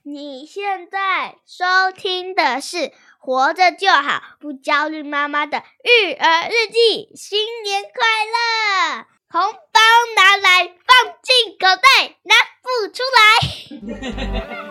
你现在收听的是《活着就好不焦虑妈妈的育儿日记》，新年快乐！红包拿来，放进口袋，拿不出来。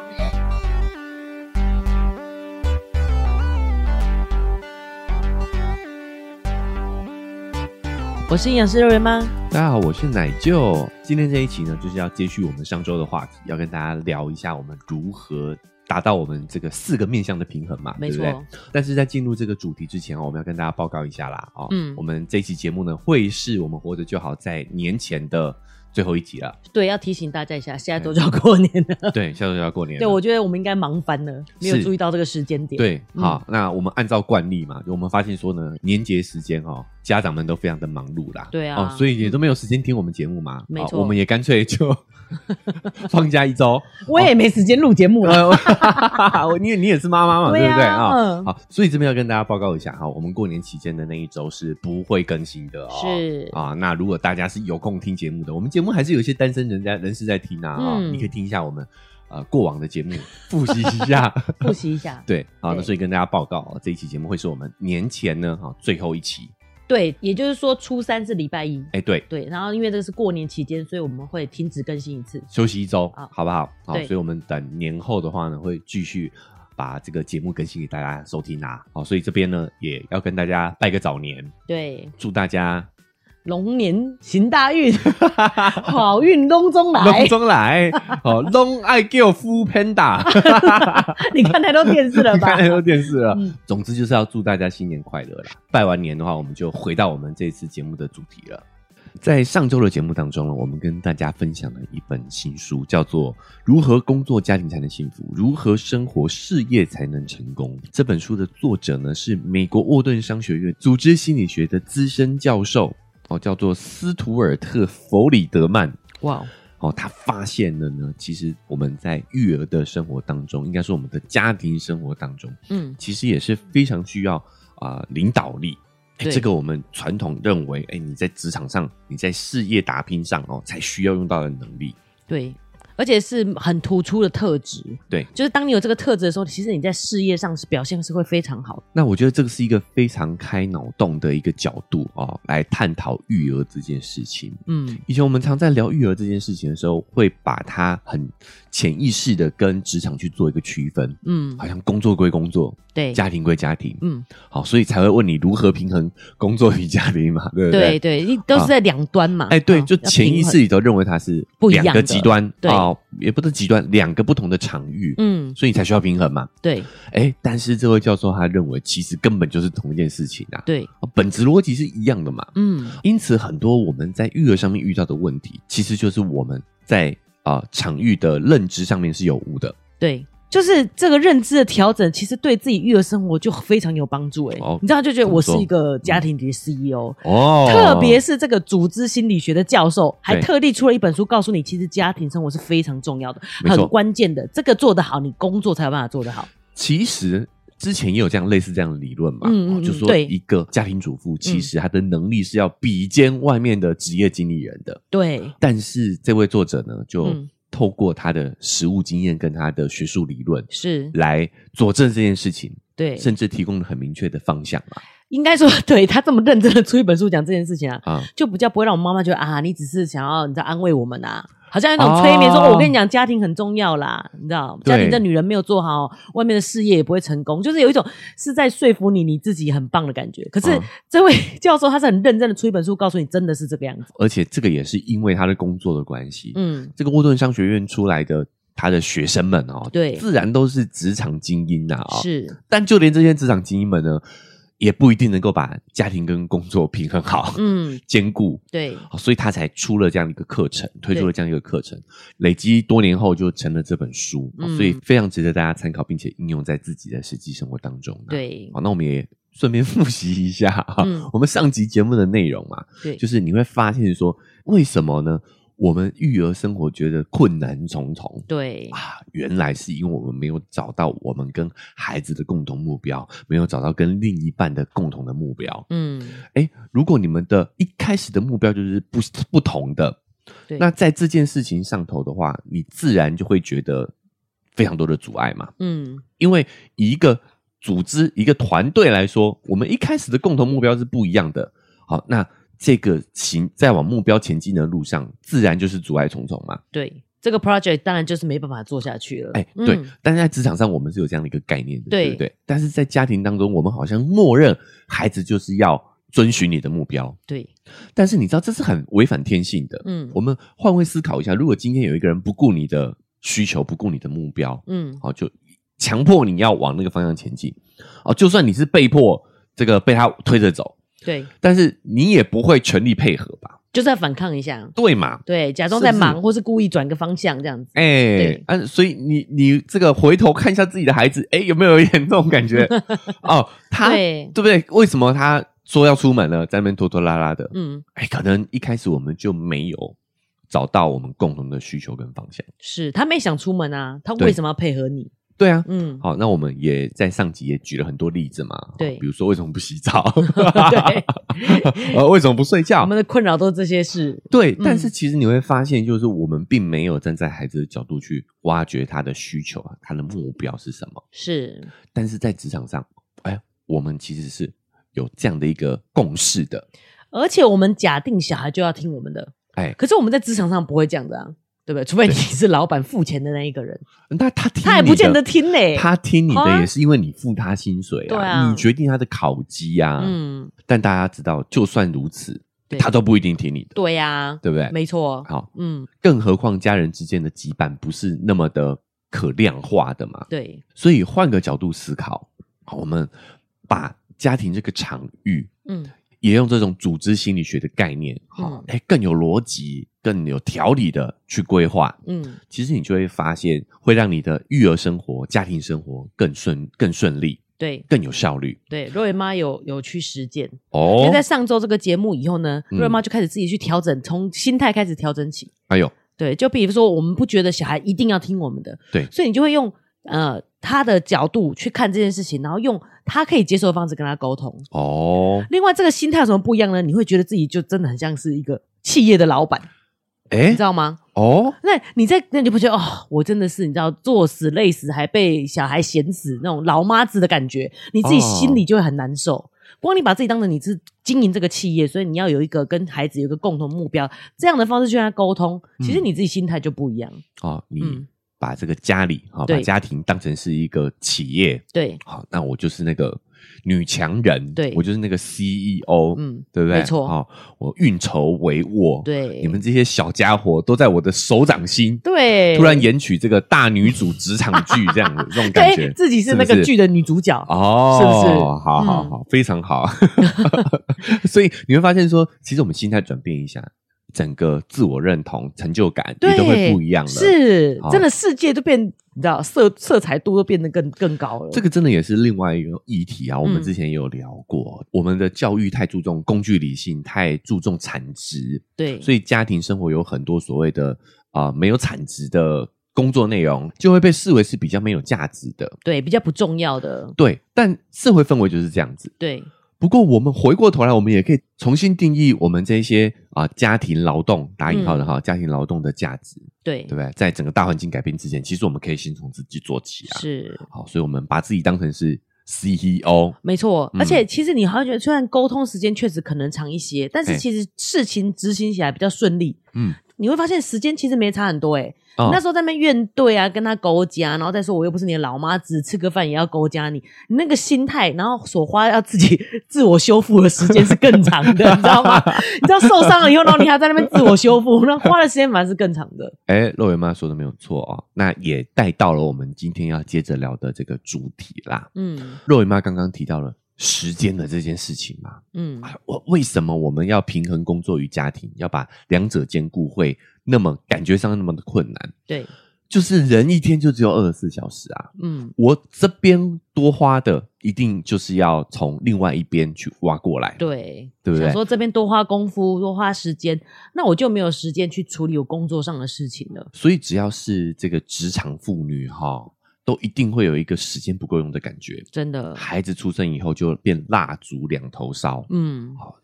我是营养师肉圆妈， 大家好，我是奶舅。今天这一期呢，就是要接续我们上周的话题，要跟大家聊一下我们如何达到我们这个4个面向的平衡嘛， 没错。 对不对？但是在进入这个主题之前，我们要跟大家报告一下啦。我们这一期节目呢，会是我们活着就好在年前的最后一集了。 对，要提醒大家一下，现在都要过年了。 对，现在都要过年了。 对，我觉得我们应该忙翻了，没有注意到这个时间点。 对，好，那我们按照惯例嘛，我们发现说呢，年节时间家长们都非常的忙碌啦。 对啊， 所以也都没有时间听我们节目嘛。 没错， 我们也干脆就放假1周。 我也没时间录节目了。 你也是妈妈嘛， 对不对好， 所以这边要跟大家报告一下我们过年期间的那一周是不会更新的是那如果大家是有空听节目的，我们节目还是有一些单身人士在听你可以听一下我们过往的节目，复习一下。 复习一下。 对，好，那所以跟大家报告这一期节目会是我们年前呢最后一期。 对，也就是说初3是礼拜一。对，然后因为这个是过年期间，所以我们会停止更新一次， 休息1周，好不好？好， 所以我们等年后的话呢，会继续把这个节目更新给大家收听所以这边呢也要跟大家拜个早年。 对， 祝大家龙年行大运，好运隆中来， 隆中来，龙爱叫夫 Panda。 你看太多电视了吧？ 看太多电视了。总之就是要祝大家新年快乐啦！拜完年的话，我们就回到我们这次节目的主题了。在上周的节目当中呢，我们跟大家分享了一本新书，叫做《如何工作家庭才能幸福，如何生活事业才能成功》。这本书的作者呢是美国沃顿商学院组织心理学的资深教授叫做斯图尔特·弗里德曼。 哇他发现了呢，其实我们在育儿的生活当中，应该说我们的家庭生活当中，其实也是非常需要领导力。这个我们传统认为，你在职场上，你在事业打拼上才需要用到的能力。 对。而且是很突出的特质。对，就是当你有这个特质的时候，其实你在事业上是表现是会非常好的。 那我觉得这个是一个非常开脑洞的一个角度来探讨育儿这件事情。以前我们常在聊育儿这件事情的时候，会把它很潜意识的跟职场去做一个区分。好像工作归工作，对，家庭归家庭。好，所以才会问你如何平衡工作与家庭嘛，对不对？ 对，都是在两端嘛。 对，就潜意识里头认为它是2个极端。 对。 也不是极端，2个不同的场域，所以你才需要平衡嘛。 对， 但是这位教授他认为，其实根本就是同一件事情对，本质逻辑是一样的嘛。因此很多我们在育儿上面遇到的问题，其实就是我们在场域的认知上面是有误的。 对。就是这个认知的调整，其实对自己育儿生活就非常有帮助。你知道，就觉得我是一个家庭的 CEO 特别是这个组织心理学的教授，还特地出了一本书，告诉你，其实家庭生活是非常重要的，很关键的。这个做得好，你工作才有办法做得好。 其实之前也有类似这样的理论嘛，就说一个家庭主妇，其实她的能力是要比肩外面的职业经理人的。对，但是这位作者呢，就透过他的实务经验跟他的学术理论是来佐证这件事情，对，甚至提供了很明确的方向嘛。 应该说，对，他这么认真的出一本书讲这件事情就比较不会让我妈妈觉得你只是想要你在安慰我们好像有那种催眠说我跟你讲家庭很重要啦，你知道家庭的女人没有做好，外面的事业也不会成功，就是有一种是在说服你自己很棒的感觉。可是这位教授他是很认真的出一本书告诉你真的是这个样子， 而且这个也是因为他的工作的关系。这个沃顿商学院出来的他的学生们对，自然都是职场精英是，但就连这些职场精英们呢，也不一定能够把家庭跟工作平衡好，兼顾。对，所以他才出了这样一个课程，推出了这样一个课程，累积多年后就成了这本书，所以非常值得大家参考，并且应用在自己的实际生活当中。对，那我们也顺便复习一下我们上集节目的内容嘛，对，就是你会发现说，为什么呢？我们育儿生活觉得困难重重，对原来是因为我们没有找到我们跟孩子的共同目标，没有找到跟另一半的共同的目标。如果你们的一开始的目标就是不同的，那在这件事情上头的话，你自然就会觉得非常多的阻碍嘛。因为以一个组织一个团队来说，我们一开始的共同目标是不一样的。好，那这个在往目标前进的路上，自然就是阻碍重重嘛。 对，这个 project 当然就是没办法做下去了。 对，但是在职场上我们是有这样的一个概念的，对不对？但是在家庭当中，我们好像默认孩子就是要遵循你的目标。 对， 但是你知道这是很违反天性的。我们换位思考一下，如果今天有一个人不顾你的需求，不顾你的目标，好，就强迫你要往那个方向前进，就算你是被迫这个被他推着走， 对， 但是你也不会全力配合吧？ 就是要反抗一下， 对嘛？ 对，假装在忙，或是故意转个方向这样子。 所以你这个回头看一下自己的孩子，有没有一点这种感觉？他对不对？为什么他说要出门了，在那边拖拖拉拉的？可能一开始我们就没有找到我们共同的需求跟方向。是他没想出门啊，他为什么要配合你？ 对啊，好，那我们也在上集也举了很多例子嘛，对，比如说为什么不洗澡，对，为什么不睡觉， 我们的困扰都是这些事， 对，但是其实你会发现，就是我们并没有站在孩子的角度去挖掘他的需求啊，他的目标是什么，是，但是在职场上，我们其实是有这样的一个共识的， 而且我们假定小孩就要听我们的，可是我们在职场上不会这样的啊。对不对？除非你是老板付钱的那一个人， 那他听他也不见得听嘞。 他听你的也是因为你付他薪水啊，你决定他的考绩啊。但大家知道，就算如此，他都不一定听你的。 对呀， 对不对？ 没错。 好，更何况家人之间的羁绊不是那么的可量化的嘛。 对， 所以换个角度思考，我们把家庭这个场域，也用这种组织心理学的概念，更有逻辑、更有条理的去规划，其实你就会发现，会让你的育儿生活、家庭生活更顺利，对，更有效率。 对，若维妈有去实践哦，因为在上周这个节目以后呢，若维妈就开始自己去调整，从心态开始调整起。对，就比如说，我们不觉得小孩一定要听我们的，对，所以你就会用他的角度去看这件事情，然后用他可以接受的方式跟他沟通。另外这个心态有什么不一样呢？你会觉得自己就真的很像是一个企业的老板，你知道吗？那你就不觉得我真的是你知道做死累死还被小孩嫌死那种老妈子的感觉，你自己心里就会很难受。光你把自己当成你是经营这个企业，所以你要有一个跟孩子有一个共同目标，这样的方式去跟他沟通，其实你自己心态就不一样。 你把这个家里把家庭当成是一个企业，对，好，那我就是那个女强人，对，我就是那个 CEO，对不对？没错，我运筹帷幄，对，你们这些小家伙都在我的手掌心，对，突然演取这个大女主职场剧这样的这种感觉， 自己是那个剧的女主角，是不是？ 好，非常好。所以你会发现说，其实我们心态转变一下，整个自我认同、成就感也都会不一样了。是， 真的世界都变，你知道，色彩度都变得更高了。 这个真的也是另外一个议题啊。我们之前也有聊过，我们的教育太注重工具理性，太注重产值，对，所以家庭生活有很多所谓的没有产值的工作内容，就会被视为是比较没有价值的， 对，比较不重要的， 对。但社会氛围就是这样子， 对。 不过我们回过头来，我们也可以重新定义我们这些家庭劳动打引号的家庭劳动的价值，对不对？在整个大环境改变之前，其实我们可以先从自己做起啊。是，好，所以我们把自己当成是 CEO， 没错。而且其实你好像觉得，虽然沟通时间确实可能长一些，但是其实事情执行起来比较顺利。你会发现时间其实没差很多那时候在那边怨对啊，跟他勾夹，然后再说我又不是你的老妈子，吃个饭也要勾夹你那个心态，然后所花要自己自我修复的时间是更长的，你知道吗？你知道受伤了以后，然后你还在那边自我修复，那花的时间反而是更长的。 肉圆妈说的没有错那也带到了我们今天要接着聊的这个主题啦。肉圆妈刚刚提到了时间的这件事情嘛，为什么我们要平衡工作与家庭，要把两者兼顾，会那么感觉上那么的困难？对，就是人一天就只有24小时啊，我这边多花的一定就是要从另外一边去挖过来，对不对？ 想说这边多花功夫多花时间，那我就没有时间去处理我工作上的事情了。 所以只要是这个职场妇女都一定会有一个时间不够用的感觉，真的。孩子出生以后就变蜡烛两头烧，就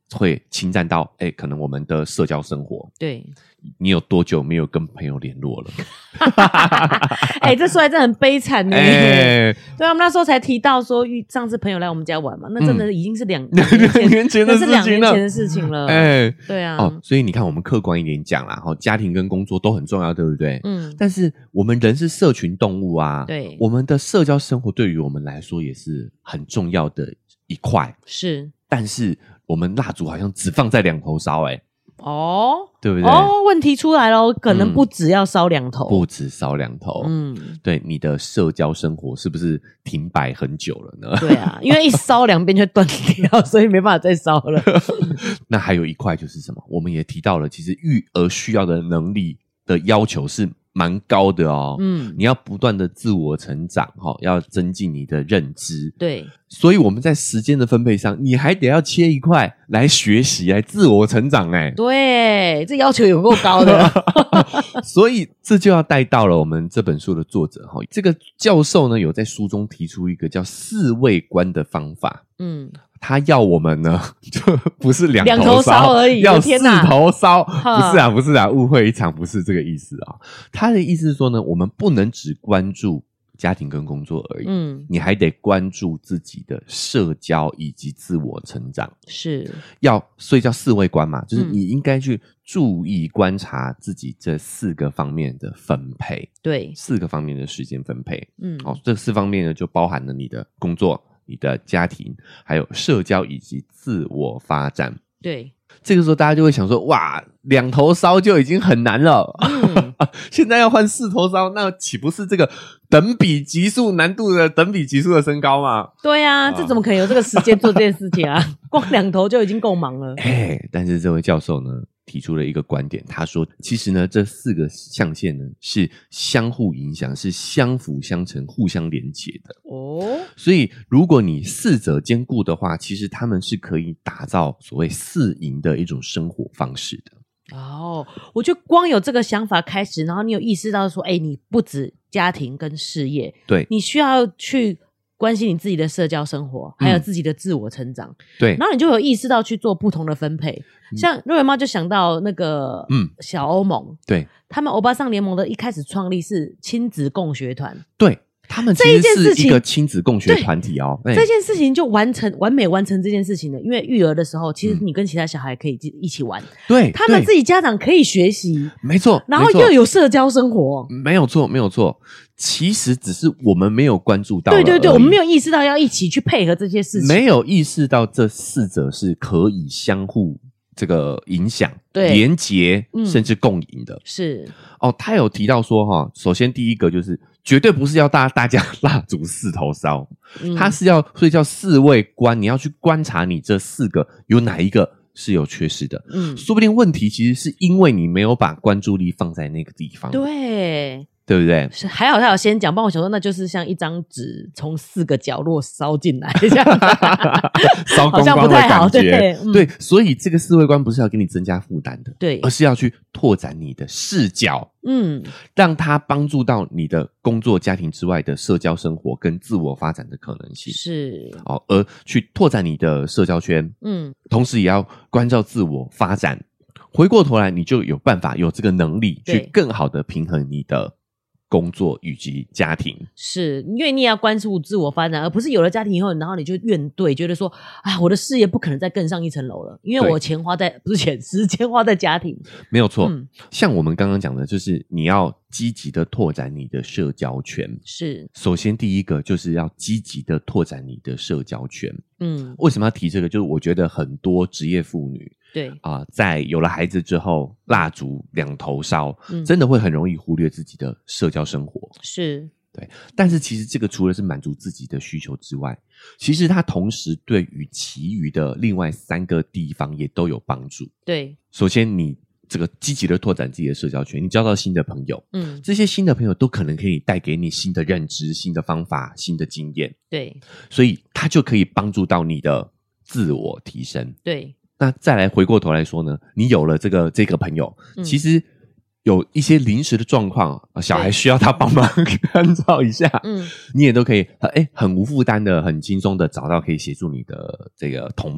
会侵占到可能我们的社交生活。 对， 你有多久没有跟朋友联络了？ 这说来真的很悲惨呢。对啊，我们那时候才提到说，上次朋友来我们家玩嘛，那真的已经是2年前的事情了，那是2年前的事情了。对啊。 所以你看，我们客观一点讲啦，家庭跟工作都很重要，对不对？但是我们人是社群动物啊， 对， 我们的社交生活对于我们来说也是很重要的一块。 是， 但是我们蜡烛好像只放在2头烧，对不对？ 问题出来咯，可能不只要烧2头， 不止烧2头。对，你的社交生活是不是停摆很久了呢？ 对啊，因为一烧2边就断掉，所以没办法再烧了。 那还有一块就是什么？我们也提到了，其实育儿需要的能力的要求是蛮高的哦。你要不断的自我成长，要增进你的认知。 对， 所以我们在时间的分配上，你还得要切一块来学习，来自我成长。 对，这要求有够高的。 所以这就要带到了我们这本书的作者，这个教授呢有在书中提出一个叫4位观的方法。他要我们呢，就不是2头烧而已， 要4头烧。不是啊，误会一场，不是这个意思啊。他的意思是说呢，我们不能只关注家庭跟工作而已，你还得关注自己的社交以及自我成长。 是， 所以叫4位观嘛，就是你应该去注意观察自己这4个方面的分配。 对 ，4个方面的时间分配。这4方面呢，就包含了你的工作、你的家庭，还有社交以及自我发展。 对， 这个时候大家就会想说，哇，2头烧就已经很难了，现在要换4头烧，那岂不是这个等比级数难度的等比级数的升高吗？ 对啊，这怎么可能有这个时间做这件事情啊？光2头就已经够忙了。 但是这位教授呢提出了一个观点，他说其实呢这4个象限呢是相互影响，是相辅相成、互相连结的。所以如果你4者兼顾的话，其实他们是可以打造所谓4赢的一种生活方式的。 我觉得光有这个想法开始，然后你有意识到说你不止家庭跟事业， 对， 你需要去关心你自己的社交生活，还有自己的自我成长。 对， 然后你就有意识到去做不同的分配。像瑞文妈就想到那个小欧盟， 对， 他们欧巴桑联盟的一开始创立是亲子共学团。 对，他们其实是一个亲子共学团体这件事情就完美完成这件事情了。因为育儿的时候，其实你跟其他小孩可以一起玩， 对， 他们自己家长可以学习， 没错， 然后又有社交生活， 没有错。其实只是我们没有关注到， 对，我们没有意识到要一起去配合这些事情， 没有意识到这4者是可以相互这个影响、连结，甚至共赢的。 是他有提到说首先第一个就是绝对不是要大家蜡烛4头烧，他是所以叫4位观，你要去观察你这4个有哪一个是有缺失的。说不定问题其实是因为你没有把关注力放在那个地方。对不对？ 还好他有先讲，帮我想说那就是像一张纸从4个角落烧进来这样烧光光的感觉。对，所以这个4位观不是要给你增加负担的， 对， 而是要去拓展你的视角，让它帮助到你的工作、家庭之外的社交生活跟自我发展的可能性。 是而去拓展你的社交圈，同时也要关照自我发展。回过头来，你就有办法有这个能力去更好的平衡你的工作以及家庭。是因为你也要关注自我发展，而不是有了家庭以后，然后你就怨怼，觉得说我的事业不可能再更上一层楼了，因为我时间花在家庭。没有错， 像我们刚刚讲的，就是你要积极的拓展你的社交圈。是，首先第一个就是要积极的拓展你的社交圈。为什么要提这个？就是我觉得很多职业妇女在有了孩子之后，蜡烛2头烧，真的会很容易忽略自己的社交生活。是，对。但是其实这个除了是满足自己的需求之外，其实它同时对于其余的另外3个地方也都有帮助。对，首先你这个积极的拓展自己的社交圈，你交到新的朋友，这些新的朋友都可能可以带给你新的认知、新的方法、新的经验。对，所以它就可以帮助到你的自我提升。对。那再来回过头来说呢，你有了这个朋友，其实有一些临时的状况，小孩需要他帮忙关照一下，你也都可以很无负担的、很轻松的找到可以协助你的这个同伴。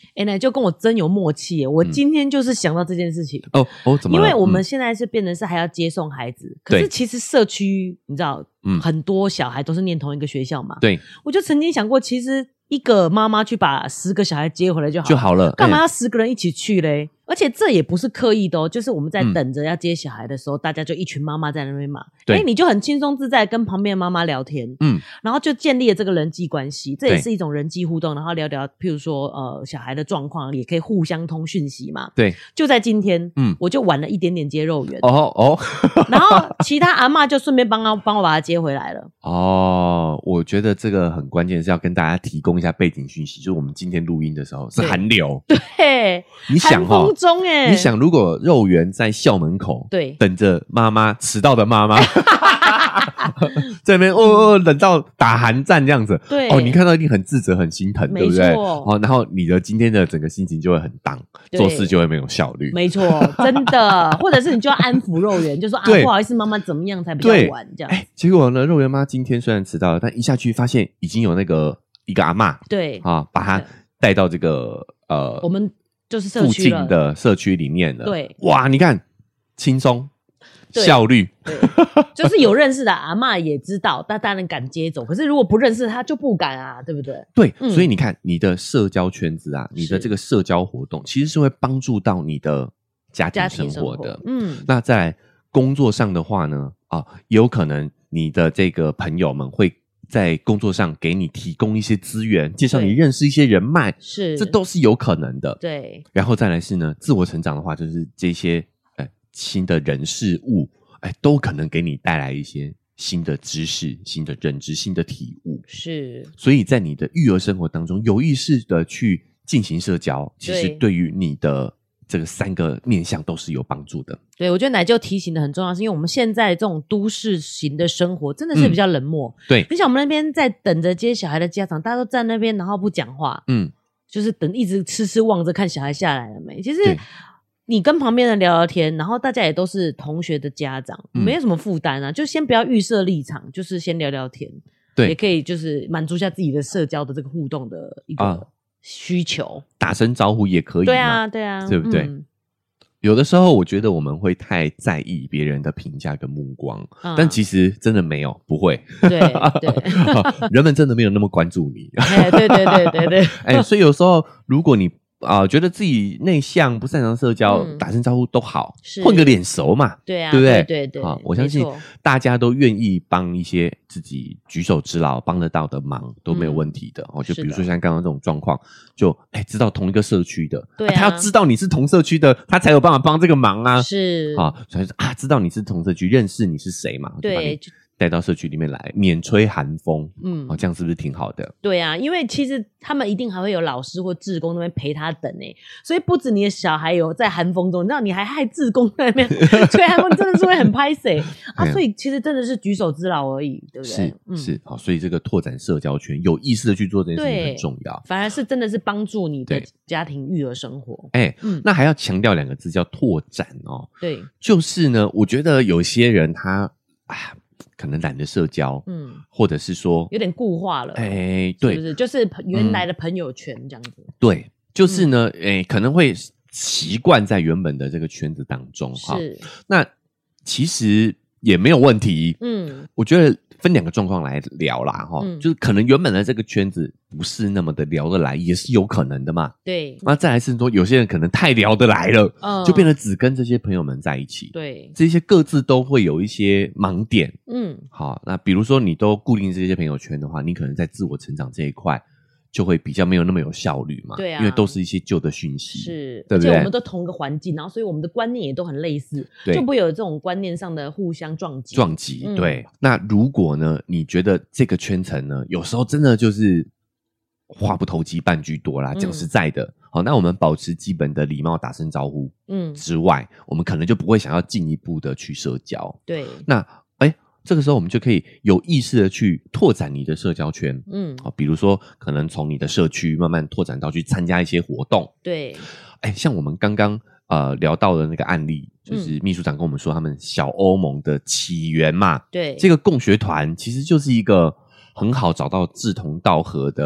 就跟我真有默契我今天就是想到这件事情怎么了？ 因为我们现在是变成是还要接送孩子，可是其实社区你知道很多小孩都是念同一个学校嘛， 对， 我就曾经想过，其实一个妈妈去把10个小孩接回来就好了，干嘛要10个人一起去嘞？而且这也不是刻意的就是我们在等着要接小孩的时候，大家就一群妈妈在那边嘛，你就很轻松自在跟旁边的妈妈聊天，然后就建立了这个人际关系，这也是一种人际互动，然后聊聊譬如说小孩的状况，也可以互相通讯息嘛。 对， 就在今天我就晚了一点点接肉圆然后其他阿嬷就顺便帮我把他接回来了。 我觉得这个很关键，是要跟大家提供一下背景讯息，就是我们今天录音的时候是寒流， 对， 你想寒风中你想如果肉圆在校门口对等着妈妈迟到的妈妈在那边冷到打寒战这样子， 对你看到一定很自责很心疼，对不对？然后你的今天的整个心情就会很荡，做事就会没有效率， 没错，真的或者是你就要安抚肉圆，就说不好意思妈妈怎么样才比较晚这样结果呢肉圆妈今天虽然迟到了，但一下去发现已经有一个阿嬷对把她带到这个我们就是附近的社区里面了， 对， 哇，你看轻松效率， 对，就是有认识的阿嬷也知道，但当然敢接走，可是如果不认识他就不敢啊，对不对？ 对，所以你看你的社交圈子你的这个社交活动其实是会帮助到你的家庭生活的。那再来工作上的话呢，也有可能你的这个朋友们会在工作上给你提供一些资源，介绍你认识一些人脉，这都是有可能的。 对， 然后再来是呢，自我成长的话，就是这些新的人事物，都可能给你带来一些新的知识、新的认知、新的体悟。 是， 所以在你的育儿生活当中，有意识的去进行社交，其实对于你的这个3个面向都是有帮助的。 对，我觉得奶就提醒的很重要，是因为我们现在这种都市型的生活真的是比较冷漠。 对， 你想我们那边在等着接小孩的家长，大家都站那边然后不讲话，就是等一直痴望着看小孩下来了没。其实你跟旁边人聊聊天，然后大家也都是同学的家长，没有什么负担啊，就先不要预设立场，就是先聊聊天，也可以就是满足一下自己的社交的这个互动的一个需求，打声招呼也可以嘛， 对啊， 对不对？有的时候我觉得我们会太在意别人的评价跟目光，但其实真的没有，不会。 对人们真的没有那么关注你。 对。 所以有时候如果你觉得自己内向不擅长社交，打声招呼都好，混个脸熟嘛， 对啊， 对不对？ 对， 我相信大家都愿意帮一些自己举手之劳帮得到的忙都没有问题的。就比如说像刚刚这种状况，就知道同一个社区的，他要知道你是同社区的，他才有办法帮这个忙啊。 是所以知道你是同社区，认识你是谁嘛， 对。 带到社区里面来，免吹寒风，这样是不是挺好的？ 对啊，因为其实他们一定还会有老师或志工那边陪他等所以不止你的小孩有在寒风中，你知道你还害志工在那边吹寒风，真的是会很拍谁所以其实真的是举手之劳而已，对不对？ 是所以这个拓展社交圈，有意识的去做这件事情很重要， 反而是真的是帮助你的家庭育儿生活。 那还要强调2个字叫拓展对， 就是呢，我觉得有些人他可能懒得社交，或者是说有点固化了， 对， 是不是？就是原来的朋友圈这样子， 对，就是呢，可能会习惯在原本的这个圈子当中， 是， 那其实也没有问题，我觉得分2个状况来聊啦，就是可能原本的这个圈子不是那么的聊得来，也是有可能的嘛。 对， 那再来是说，有些人可能太聊得来了，就变得只跟这些朋友们在一起。 对， 这些各自都会有一些盲点。好，那比如说你都固定这些朋友圈的话，你可能在自我成长这一块就会比较没有那么有效率嘛， 对啊， 因为都是一些旧的讯息， 是， 对不对？ 而且我们都同个环境，然后所以我们的观念也都很类似，就不会有这种观念上的互相撞击。 对。那如果呢，你觉得这个圈层呢，有时候真的就是话不投机半句多啦，讲实在的，好，那我们保持基本的礼貌，打声招呼，之外，我们可能就不会想要进一步的去社交。 对， 那这个时候我们就可以有意识的去拓展你的社交圈，比如说可能从你的社区慢慢拓展到去参加一些活动。 对， 像我们刚刚聊到的那个案例，就是秘书长跟我们说他们小欧盟的起源嘛， 对， 这个共学团其实就是一个很好找到志同道合的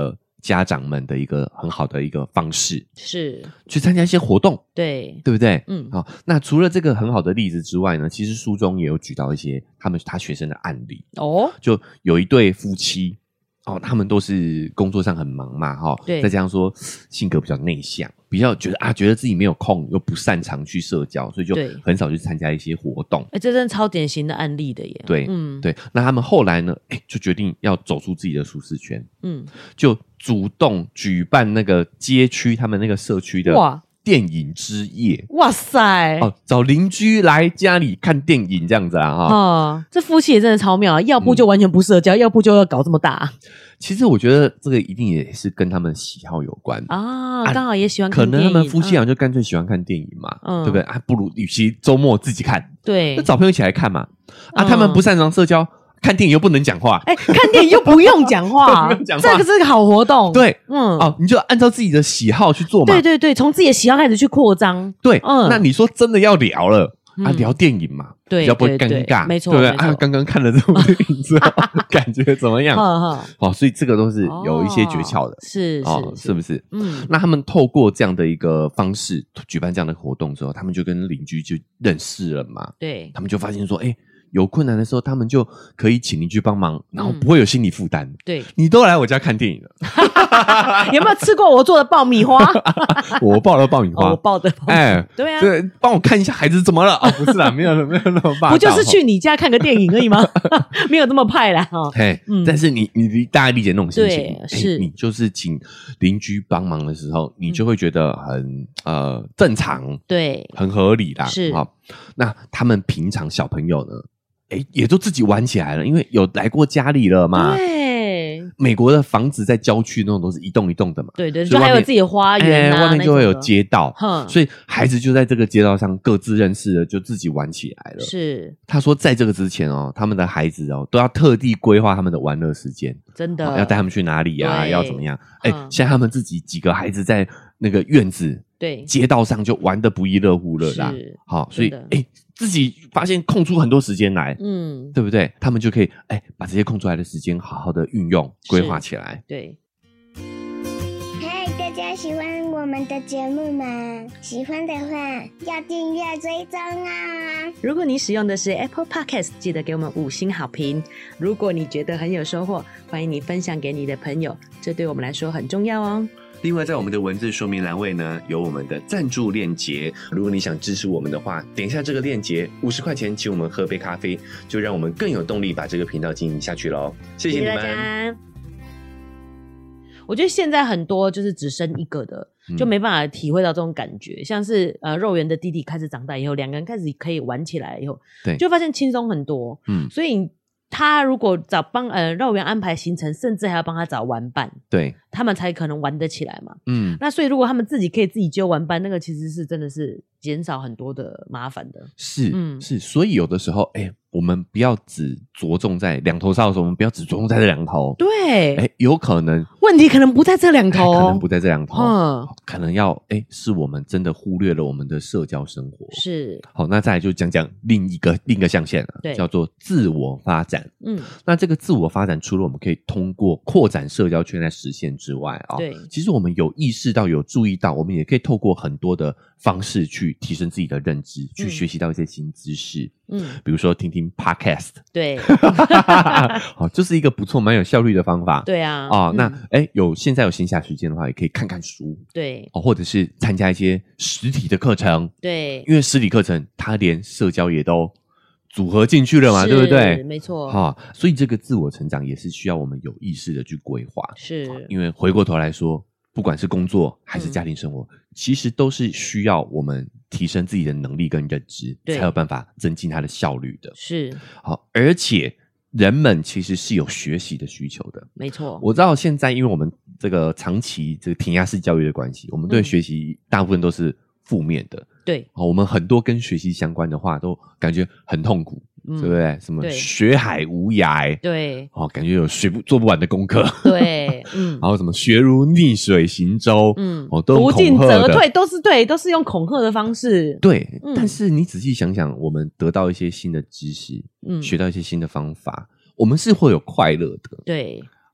家长们的一个很好的一个方式， 是去参加一些活动， 对不对？好，那除了这个很好的例子之外呢，其实书中也有举到一些他学生的案例哦，就有一对夫妻哦，他们都是工作上很忙嘛，对，再加上说性格比较内向，比较觉得自己没有空，又不擅长去社交，所以就很少去参加一些活动。 这真的超典型的案例的耶。 对，对。那他们后来呢，就决定要走出自己的舒适圈，就主动举办那个街区他们那个社区的电影之夜。哇塞！找邻居来家里看电影这样子啊！ 这夫妻也真的超妙啊！要不就完全不社交，要不就要搞这么大。 其实我觉得这个一定也是跟他们喜好有关啊，刚好也喜欢看电影， 可能他们夫妻俩就干脆喜欢看电影嘛，对不对？不如与其周末自己看， 对， 那找朋友一起来看嘛。他们不擅长社交。看电影又不能讲话， 看电影又不用讲话，不用讲话，这个是个好活动。 对，你就按照自己的喜好去做嘛。 对，从自己的喜好开始去扩张。 对，那你说真的要聊了聊电影嘛， 对， 比较不会尴尬， 没错， 对不对？刚刚看了这部电影之后，感觉怎么样？所以这个都是有一些诀窍的，是不是？那他们透过这样的一个方式举办这样的活动之后，他们就跟邻居就认识了嘛。 对， 他们就发现说，有困难的时候，他们就可以请邻居帮忙，然后不会有心理负担。 对， 你都来我家看电影了， 有没有吃过我做的爆米花？ 我爆了爆米花， 我爆的爆米花。对啊， 对，帮我看一下孩子怎么了？不是啦，没有那么霸道， 不就是去你家看个电影而已吗？没有这么派啦。 但是你大概理解那种心情， 对，是你就是请邻居帮忙的时候，你就会觉得很正常， 对， 很合理啦。 是那他们平常小朋友呢？也都自己玩起来了，因为有来过家里了嘛。 对， 美国的房子在郊区那种都是一栋一栋的嘛。 对，就还有自己的花园外面就会有街道，所以孩子就在这个街道上各自认识了，就自己玩起来了。 是， 他说在这个之前他们的孩子都要特地规划他们的玩乐时间， 真的要带他们去哪里啊，要怎么样？现在他们自己几个孩子在那个院子、街道上就玩得不亦乐乎了啦。好，所以自己发现空出很多时间来，对不对？他们就可以把这些空出来的时间好好的运用规划起来。 对。 嗨，大家喜欢我们的节目吗？喜欢的话要订阅追踪啊！ 如果你使用的是 Apple Podcast， 记得给我们5星好评。如果你觉得很有收获，欢迎你分享给你的朋友，这对我们来说很重要哦。 另外在我们的文字说明栏位呢，有我们的赞助链接，如果你想支持我们的话，点一下这个链接，50块钱请我们喝杯咖啡，就让我们更有动力把这个频道经营下去咯。谢谢你们。 我觉得现在很多就是只生一个的，就没办法体会到这种感觉，像是肉圆的弟弟开始长大以后，2个人开始可以玩起来以后，对，就发现轻松很多。所以他如果帮肉圆安排行程，甚至还要帮他找玩伴，对，他们才可能玩得起来嘛。那所以如果他们自己可以自己揪玩伴，那个其实是真的是减少很多的麻烦的。是，所以有的时候我们不要只着重在两头烧的时候，我们不要只着重在这两头。对，有可能问题可能不在这两头，可能不在这两头，可能要是我们真的忽略了我们的社交生活。是，好，那再来就讲讲另一个象限了，叫做自我发展。那这个自我发展，除了我们可以通过扩展社交圈来实现之外对，其实我们有意识到、有注意到，我们也可以透过很多的方式去提升自己的认知，去学习到一些新知识。比如说听听 podcast， 对，好，就是一个不错、蛮有效率的方法。对啊，那现在有闲暇时间的话，也可以看看书，对，或者是参加一些实体的课程，对，因为实体课程它连社交也都组合进去了嘛，对不对？没错，所以这个自我成长也是需要我们有意识的去规划。是，因为回过头来说，不管是工作还是家庭生活，其实都是需要我们提升自己的能力跟认知，才有办法增进它的效率的。是，好，而且人们其实是有学习的需求的。没错，我知道现在因为我们这个长期这个填鸭式教育的关系，我们对学习大部分都是负面的。对，我们很多跟学习相关的话都感觉很痛苦。对不对？什么学海无涯，对，感觉有做不完的功课，对，然后什么学如逆水行舟，都不进则退，都是用恐吓的方式，对。但是你仔细想想，我们得到一些新的知识，学到一些新的方法，我们是会有快乐的，对。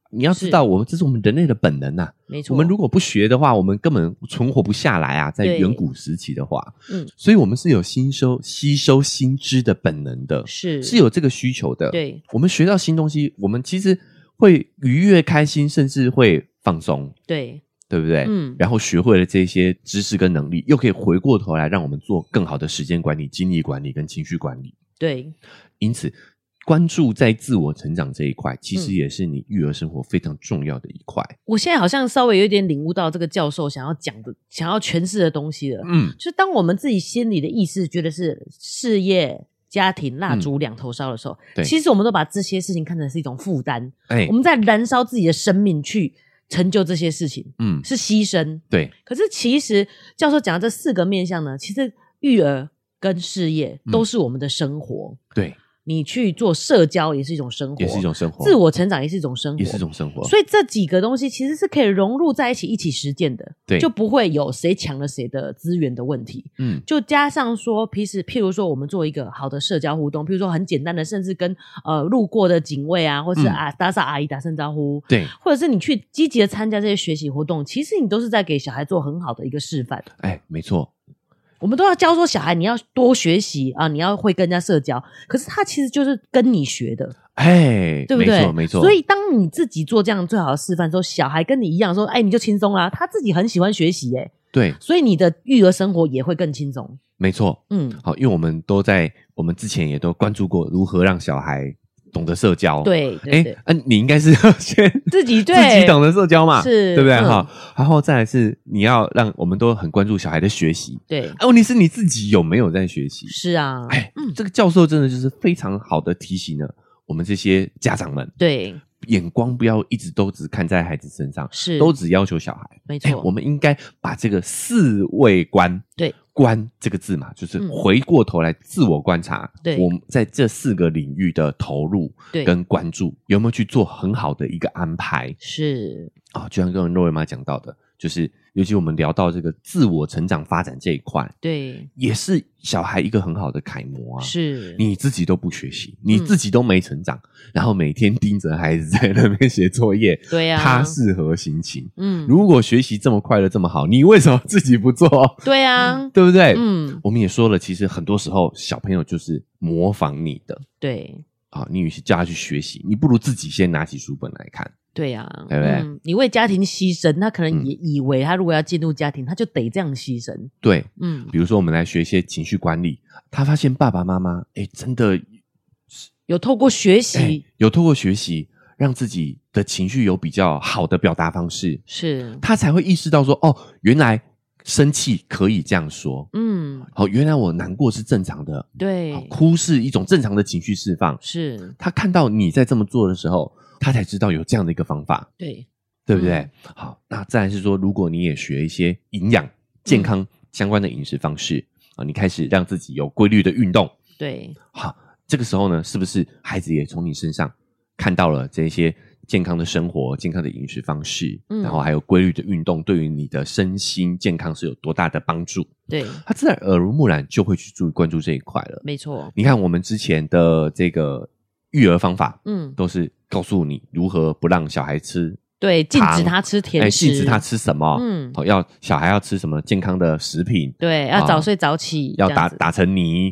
你要知道这是我们人类的本能啊， 没错， 我们如果不学的话，我们根本存活不下来啊，在远古时期的话，所以我们是有吸收新知的本能的，是有这个需求的。对，我们学到新东西，我们其实会愉悦开心，甚至会放松，对不对？然后学会了这些知识跟能力，又可以回过头来让我们做更好的时间管理、精力管理跟情绪管理。对，因此关注在自我成长这一块，其实也是你育儿生活非常重要的一块。 我现在好像稍微有点领悟到这个教授想要讲的、想要诠释的东西了。就是当我们自己心里的意识觉得是事业、家庭蜡烛两头烧的时候，其实我们都把这些事情看成是一种负担。我们在燃烧自己的生命去成就这些事情，是牺牲。对，可是其实教授讲的这4个面向呢，其实育儿跟事业都是我们的生活。对。你去做社交也是一种生活，也是一种生活；自我成长也是一种生活，也是一种生活。所以这几个东西其实是可以融入在一起，一起实践的。对，就不会有谁抢了谁的资源的问题。就加上说，譬如说，我们做一个好的社交互动，譬如说很简单的，甚至跟路过的警卫啊，或是打扫阿姨打声招呼，对，或者是你去积极的参加这些学习活动，其实你都是在给小孩做很好的一个示范。 没错。 我们都要教说小孩你要多学习啊，你要会跟人家社交，可是他其实就是跟你学的，对不对？没错没错。所以当你自己做这样最好的示范的时候，小孩跟你一样说你就轻松啦，他自己很喜欢学习对，所以你的育儿生活也会更轻松。 没错，好，因为我们之前也都关注过如何让小孩懂得社交，对，你应该是要先自己懂得社交嘛，是，对不对？然后再来是你要让我们都很关注小孩的学习，对，问题是你自己有没有在学习？是啊，这个教授真的就是非常好的提醒了我们这些家长们，对，眼光不要一直都只看在孩子身上，是，都只要求小孩，没错，我们应该把这个4位观，对。观这个字嘛，就是回过头来自我观察，我们在这4个领域的投入跟关注，有没有去做很好的一个安排？是就像刚刚若薇妈讲到的，就是尤其我们聊到这个自我成长发展这一块，对，也是小孩一个很好的楷模啊。是，你自己都不学习，你自己都没成长，然后每天盯着孩子在那边写作业，对啊，他是何心情？如果学习这么快乐这么好，你为什么自己不做？对啊，对不对？我们也说了，其实很多时候小朋友就是模仿你的，对你与其叫他去学习，你不如自己先拿起书本来看。对啊，对不对？你为家庭牺牲，他可能也以为他如果要进入家庭，他就得这样牺牲。对，比如说我们来学一些情绪管理，他发现爸爸妈妈真的有透过学习， 让自己的情绪有比较好的表达方式，是他才会意识到说，原来生气可以这样说，原来我难过是正常的，对，哭是一种正常的情绪释放，是他看到你在这么做的时候，他才知道有这样的一个方法，对不对？好，那再来是说，如果你也学一些营养健康相关的饮食方式你开始让自己有规律的运动，对，好，这个时候呢，是不是孩子也从你身上看到了这些健康的生活、健康的饮食方式，然后还有规律的运动，对于你的身心健康是有多大的帮助？对，他自然耳濡目染就会去注意关注这一块了。没错，你看我们之前的这个育儿方法，都是告诉你如何不让小孩吃。 对，禁止他吃甜食， 禁止他吃什么？小孩要吃什么健康的食品？对， 要早睡早起， 要打成泥，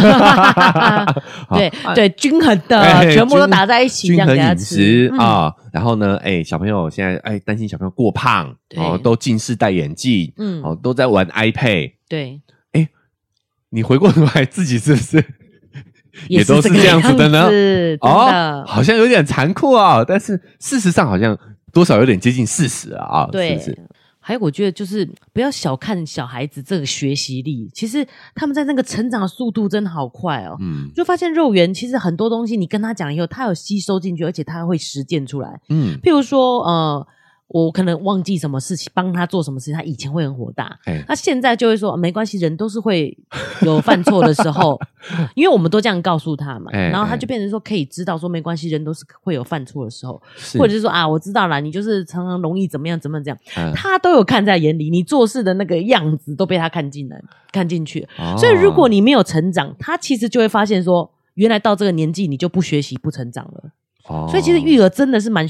对，均衡的，全部都打在一起， 均衡饮食啊。然后呢，小朋友现在担心小朋友过胖，都近视戴眼镜，都在玩 iPad， 对，你回过头来自己是不是也都是这样子的呢？好像有点残酷但是事实上好像多少有点接近事实啊，对，是不是？ 还有我觉得就是不要小看小孩子这个学习力，其实他们在那个成长的速度真的好快就发现肉圆其实很多东西你跟他讲以后，他有吸收进去，而且他会实践出来。譬如说我可能忘记什么事情，帮他做什么事情，他以前会很火大，他现在就会说没关系，人都是会有犯错的时候，因为我们都这样告诉他嘛，然后他就变成说可以知道说没关系，人都是会有犯错的时候，或者是说我知道啦，你就是常常容易怎么样怎么样，他都有看在眼里，你做事的那个样子都被他看进去，所以如果你没有成长，他其实就会发现说，原来到这个年纪你就不学习不成长了，所以其实育儿真的是蛮需要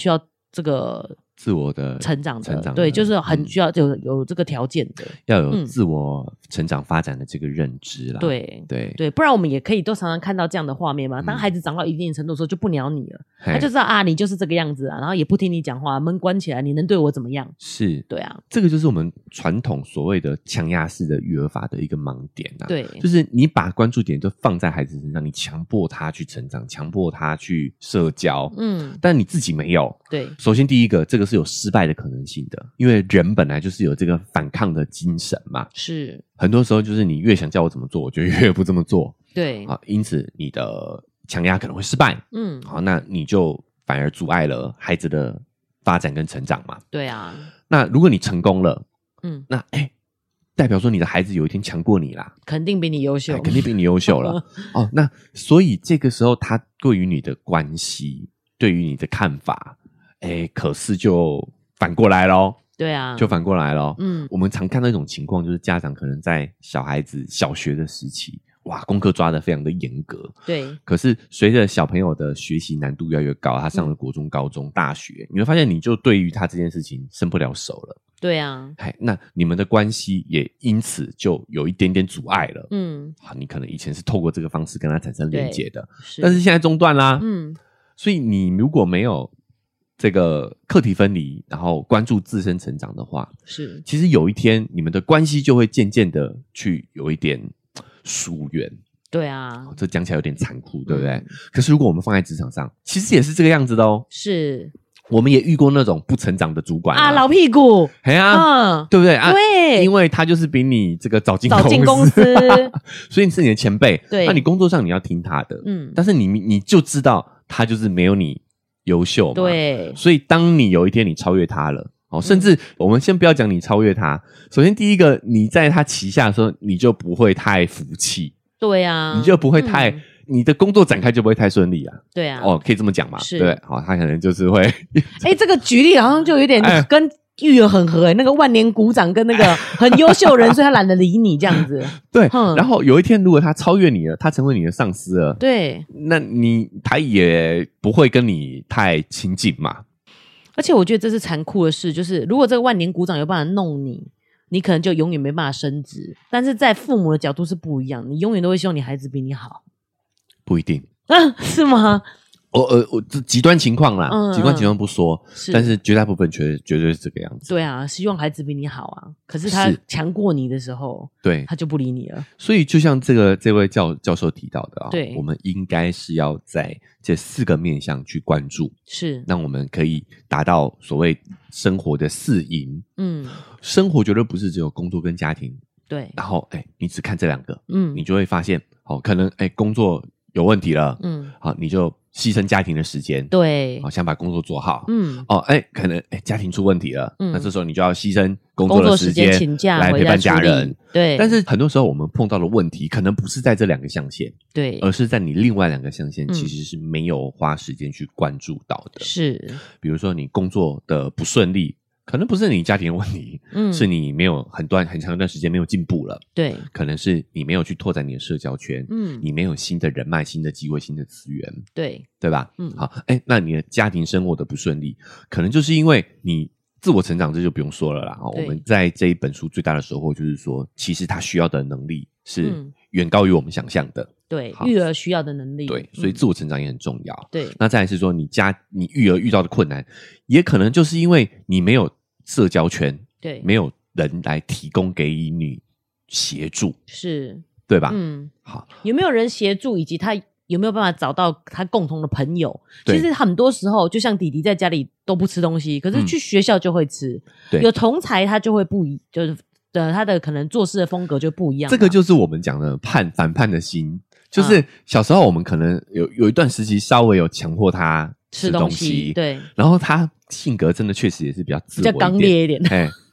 这个自我的成长的，对，就是很需要有这个条件的， 要有自我成长发展的这个认知啦。 对，不然我们也可以都常常看到这样的画面嘛。当孩子长到一定程度的时候，就不鸟你了，他就知道啊，你就是这个样子啊，然后也不听你讲话，门关起来，你能对我怎么样？ 是， 对啊， 这个就是我们传统所谓的强压式的育儿法的一个盲点啊。 对， 就是你把关注点都放在孩子身上，你强迫他去成长，强迫他去社交，但你自己没有。 对， 首先第一个，这个是有失败的可能性的，因为人本来就是有这个反抗的精神嘛。 是， 很多时候就是你越想叫我怎么做，我就越不这么做。 对啊，因此你的强压可能会失败。好，那你就反而阻碍了孩子的发展跟成长嘛。 对啊， 那如果你成功了，那代表说你的孩子有一天强过你啦， 肯定比你优秀， 肯定比你优秀了。哦，那所以这个时候他对于你的关系，对于你的看法，可是就反过来咯。 对啊， 就反过来咯。我们常看到一种情况，就是家长可能在小孩子小学的时期，哇，功课抓得非常的严格。 对， 可是随着小朋友的学习难度越来越高，他上了国中、高中、大学，你会发现你就对于他这件事情伸不了手了。 对啊， 那你们的关系也因此就有一点点阻碍了。好，你可能以前是透过这个方式跟他产生连结的，但是现在中断啦。所以你如果没有这个课题分离，然后关注自身成长的话，其实有一天你们的关系就会渐渐的去有一点疏远。 对啊， 这讲起来有点残酷，对不对？可是如果我们放在职场上，其实也是这个样子的哦。 是， 我们也遇过那种不成长的主管啊，老屁股， 对不对啊？ 对， 因为他就是比你这个早进公司所以你是你的前辈， 对， 那你工作上你要听他的，但是你就知道他就是没有你优秀嘛， 对， 所以当你有一天你超越他了，甚至我们先不要讲你超越他，首先第一个，你在他旗下的时候，你就不会太服气， 对啊， 你就不会太，你的工作展开就不会太顺利啊， 对啊， 可以这么讲嘛，对，好，他可能就是会， 这个举例好像就有点跟育儿很合那个万年股长跟那个很优秀人，所以他懒得理你这样子。 对，然后有一天如果他超越你了，他成为你的上司了， 对， 那他也不会跟你太亲近嘛。 而且我觉得这是残酷的事，就是如果这个万年股长有办法弄你，你可能就永远没办法升职。但是在父母的角度是不一样，你永远都会希望你孩子比你好。 不一定是吗？ 这极端情况啦，极端情况不说，但是绝大部分绝对是这个样子。 对啊，希望孩子比你好啊，可是他强过你的时候， 对， 他就不理你了。 所以就像这位教授提到的对， 我们应该是要在这4个面向去关注， 是让我们可以达到所谓生活的4赢。生活绝对不是只有工作跟家庭， 对， 然后你只看这2个，你就会发现可能工作有问题了，好，你就牺牲家庭的时间， 对， 想把工作做好，可能家庭出问题了，那这时候你就要牺牲工作的时间请假来陪伴家人， 对。 但是很多时候我们碰到的问题，可能不是在这2个象限， 对， 而是在你另外2个象限其实是没有花时间去关注到的， 是， 比如说你工作的不顺利。可能不是你家庭的问题，是你没有很长一段时间没有进步了， 对， 可能是你没有去拓展你的社交圈，你没有新的人脉、新的机会、新的资源，对吧？好，那你的家庭生活的不顺利，可能就是因为你自我成长，这就不用说了啦。我们在这一本书最大的收获就是说，其实他需要的能力是远高于我们想象的。 对，育儿需要的能力， 对，所以自我成长也很重要。 对， 那再来是说，你育儿遇到的困难，也可能就是因为你没有社交圈， 对， 没有人来提供给你协助， 是， 对吧？好， 有没有人协助，以及他有没有办法找到他共同的朋友？其实很多时候，就像弟弟在家里都不吃东西，可是去学校就会吃。有同才他就会就是他的可能做事的风格就不一样。 这个就是我们讲的反叛的心，就是小时候我们可能有一段时期稍微有强迫他吃东西， 对， 然后他性格真的确实也是比较自我一点， 比较刚烈一点，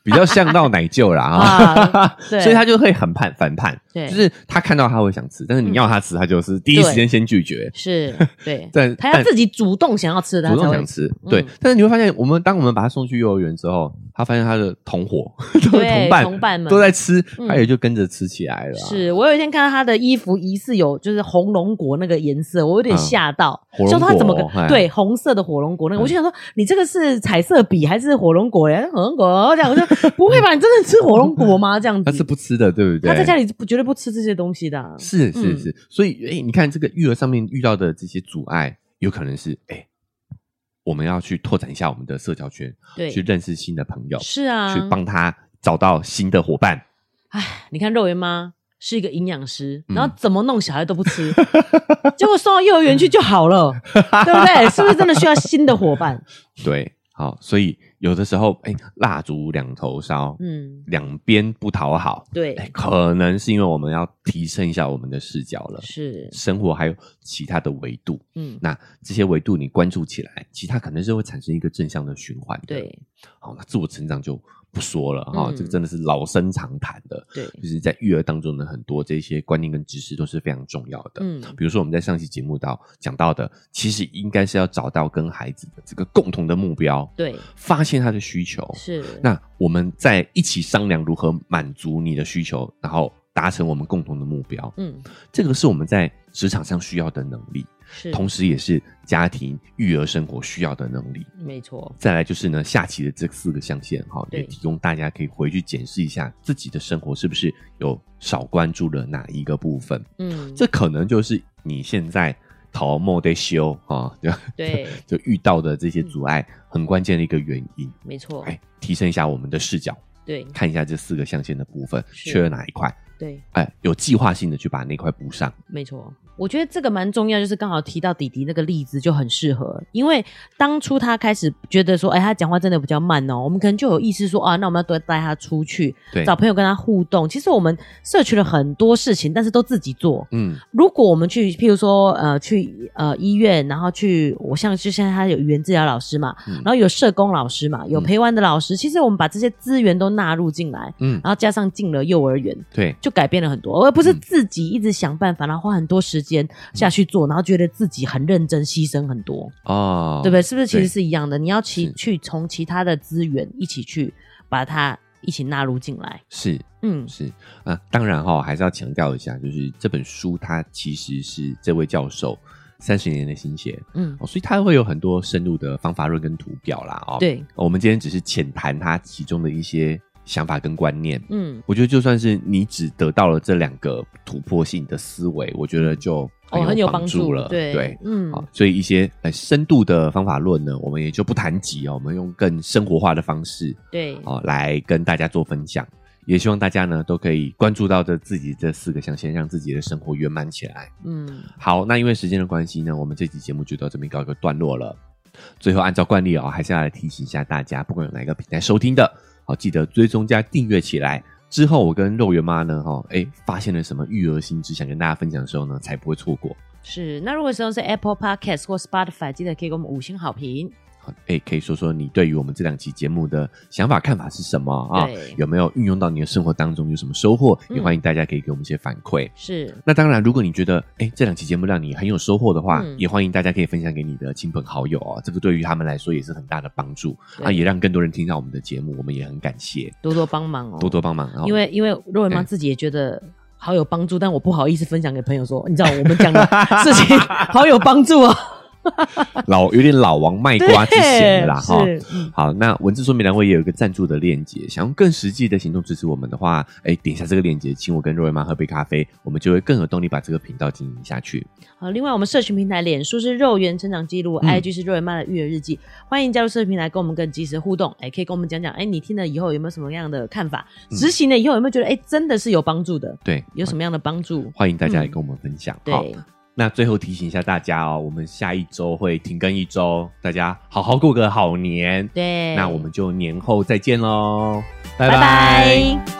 比较像到奶舅啦所以他就会很反叛，就是他看到他会想吃，但是你要他吃，他就是第一时间先拒绝， 是对，他要自己主动想要吃的， 主动想吃，对。但是你会发现，当我们把他送去幼儿园之后，他发现他的同伙、同伴们都在吃，他也就跟着吃起来了。 是我有一天看到他的衣服疑似有就是红龙果那个颜色，我有点吓到，说他怎么对红色的火龙果那个，我就想说你这个是彩色笔还是火龙果呀？火龙果这样，我说不会吧，你真的吃火龙果吗？这样子他是不吃的，对不对？ 他在家里绝对不吃这些东西的。 是，所以你看这个育儿上面遇到的这些阻碍，有可能是我们要去拓展一下我们的社交圈，去认识新的朋友， 是啊， 去帮他找到新的伙伴。 你看肉圆妈是一个营养师，然后怎么弄小孩都不吃，结果送到幼儿园去就好了，对不对？是不是真的需要新的伙伴？ 对，好，所以有的时候蜡烛两头烧，两边不讨好， 对， 可能是因为我们要提升一下我们的视角了， 是生活还有其他的维度，那这些维度你关注起来，其他可能是会产生一个正向的循环的，对，好，那自我成长就不说了这个真的是老生常谈的，对，就是在育儿当中的很多这些观念跟知识都是非常重要的，比如说我们在上期节目讲到的，其实应该是要找到跟孩子的这个共同的目标， 对， 发现他的需求，是，那我们再一起商量如何满足你的需求，然后达成我们共同的目标，这个是我们在职场上需要的能力，同时也是家庭育儿生活需要的能力， 没错。 再来就是呢，下期的这4个象限也提供大家可以回去检视一下自己的生活是不是有少关注了哪一个部分，这可能就是你现在头毛在修对就遇到的这些阻碍很关键的一个原因， 没错， 提升一下我们的视角，对，看一下这4个象限的部分缺了哪一块，对，有计划性的去把那块补上， 没错。我觉得这个蛮重要，就是刚好提到弟弟那个例子就很适合，因为当初他开始觉得说他讲话真的比较慢我们可能就有意识说那我们要多带他出去，找朋友跟他互动。其实我们摄取了很多事情，但是都自己做。如果我们去譬如说去医院，然后我像就现在他有语言治疗老师嘛，然后有社工老师嘛，有陪玩的老师，其实我们把这些资源都纳入进来，然后加上进了幼儿园，对，就改变了很多，而不是自己一直想办法，然后花很多时间下去做，然后觉得自己很认真，牺牲很多对不对？是不是其实是一样的？你要去从其他的资源一起去把它一起纳入进来，是当然还是要强调一下，就是这本书它其实是这位教授30年的心血，所以它会有很多深入的方法论跟图表啦对，我们今天只是浅谈它其中的一些想法跟观念，我觉得就算是你只得到了这2个突破性的思维，我觉得就很有帮助了，对，所以一些深度的方法论呢，我们也就不谈及我们用更生活化的方式，对，来跟大家做分享，也希望大家呢都可以关注到自己这4个象限，让自己的生活圆满起来。好，那因为时间的关系呢，我们这期节目就到这边告一个段落了。最后按照惯例还是要来提醒一下大家，不管有哪一个平台收听的，记得追踪加订阅起来。之后我跟肉圆妈呢发现了什么育儿新知想跟大家分享的时候呢，才不会错过。 是，那如果使用是 Apple Podcast 或 Spotify， 记得可以给我们5星好评。 可以说说你对于我们这2期节目的想法看法是什么有没有运用到你的生活当中，有什么收获，也欢迎大家可以给我们一些反馈。是，那当然如果你觉得这2期节目让你很有收获的话，也欢迎大家可以分享给你的亲朋好友这个对于他们来说也是很大的帮助也让更多人听到我们的节目，我们也很感谢，多多帮忙多多帮忙因为肉圆妈自己也觉得好有帮助，但我不好意思分享给朋友说，你知道我们讲的事情好有帮助有点老王卖瓜之嫌啦好，那文字说明栏位也有一个赞助的链接，想用更实际的行动支持我们的话点一下这个链接，请我跟肉圆妈喝杯咖啡，我们就会更有动力把这个频道经营下去。 好，另外我们社群平台脸书是肉圆成长记录，IG 是肉圆妈的育儿日记，欢迎加入社群平台跟我们更及时互动可以跟我们讲讲你听了以后有没有什么样的看法，执行了以后有没有觉得真的是有帮助的，对，有什么样的帮助，欢迎大家来跟我们分享对。那最后提醒一下大家我们下一周会停更1周，大家好好过个好年。对，那我们就年后再见咯，拜拜。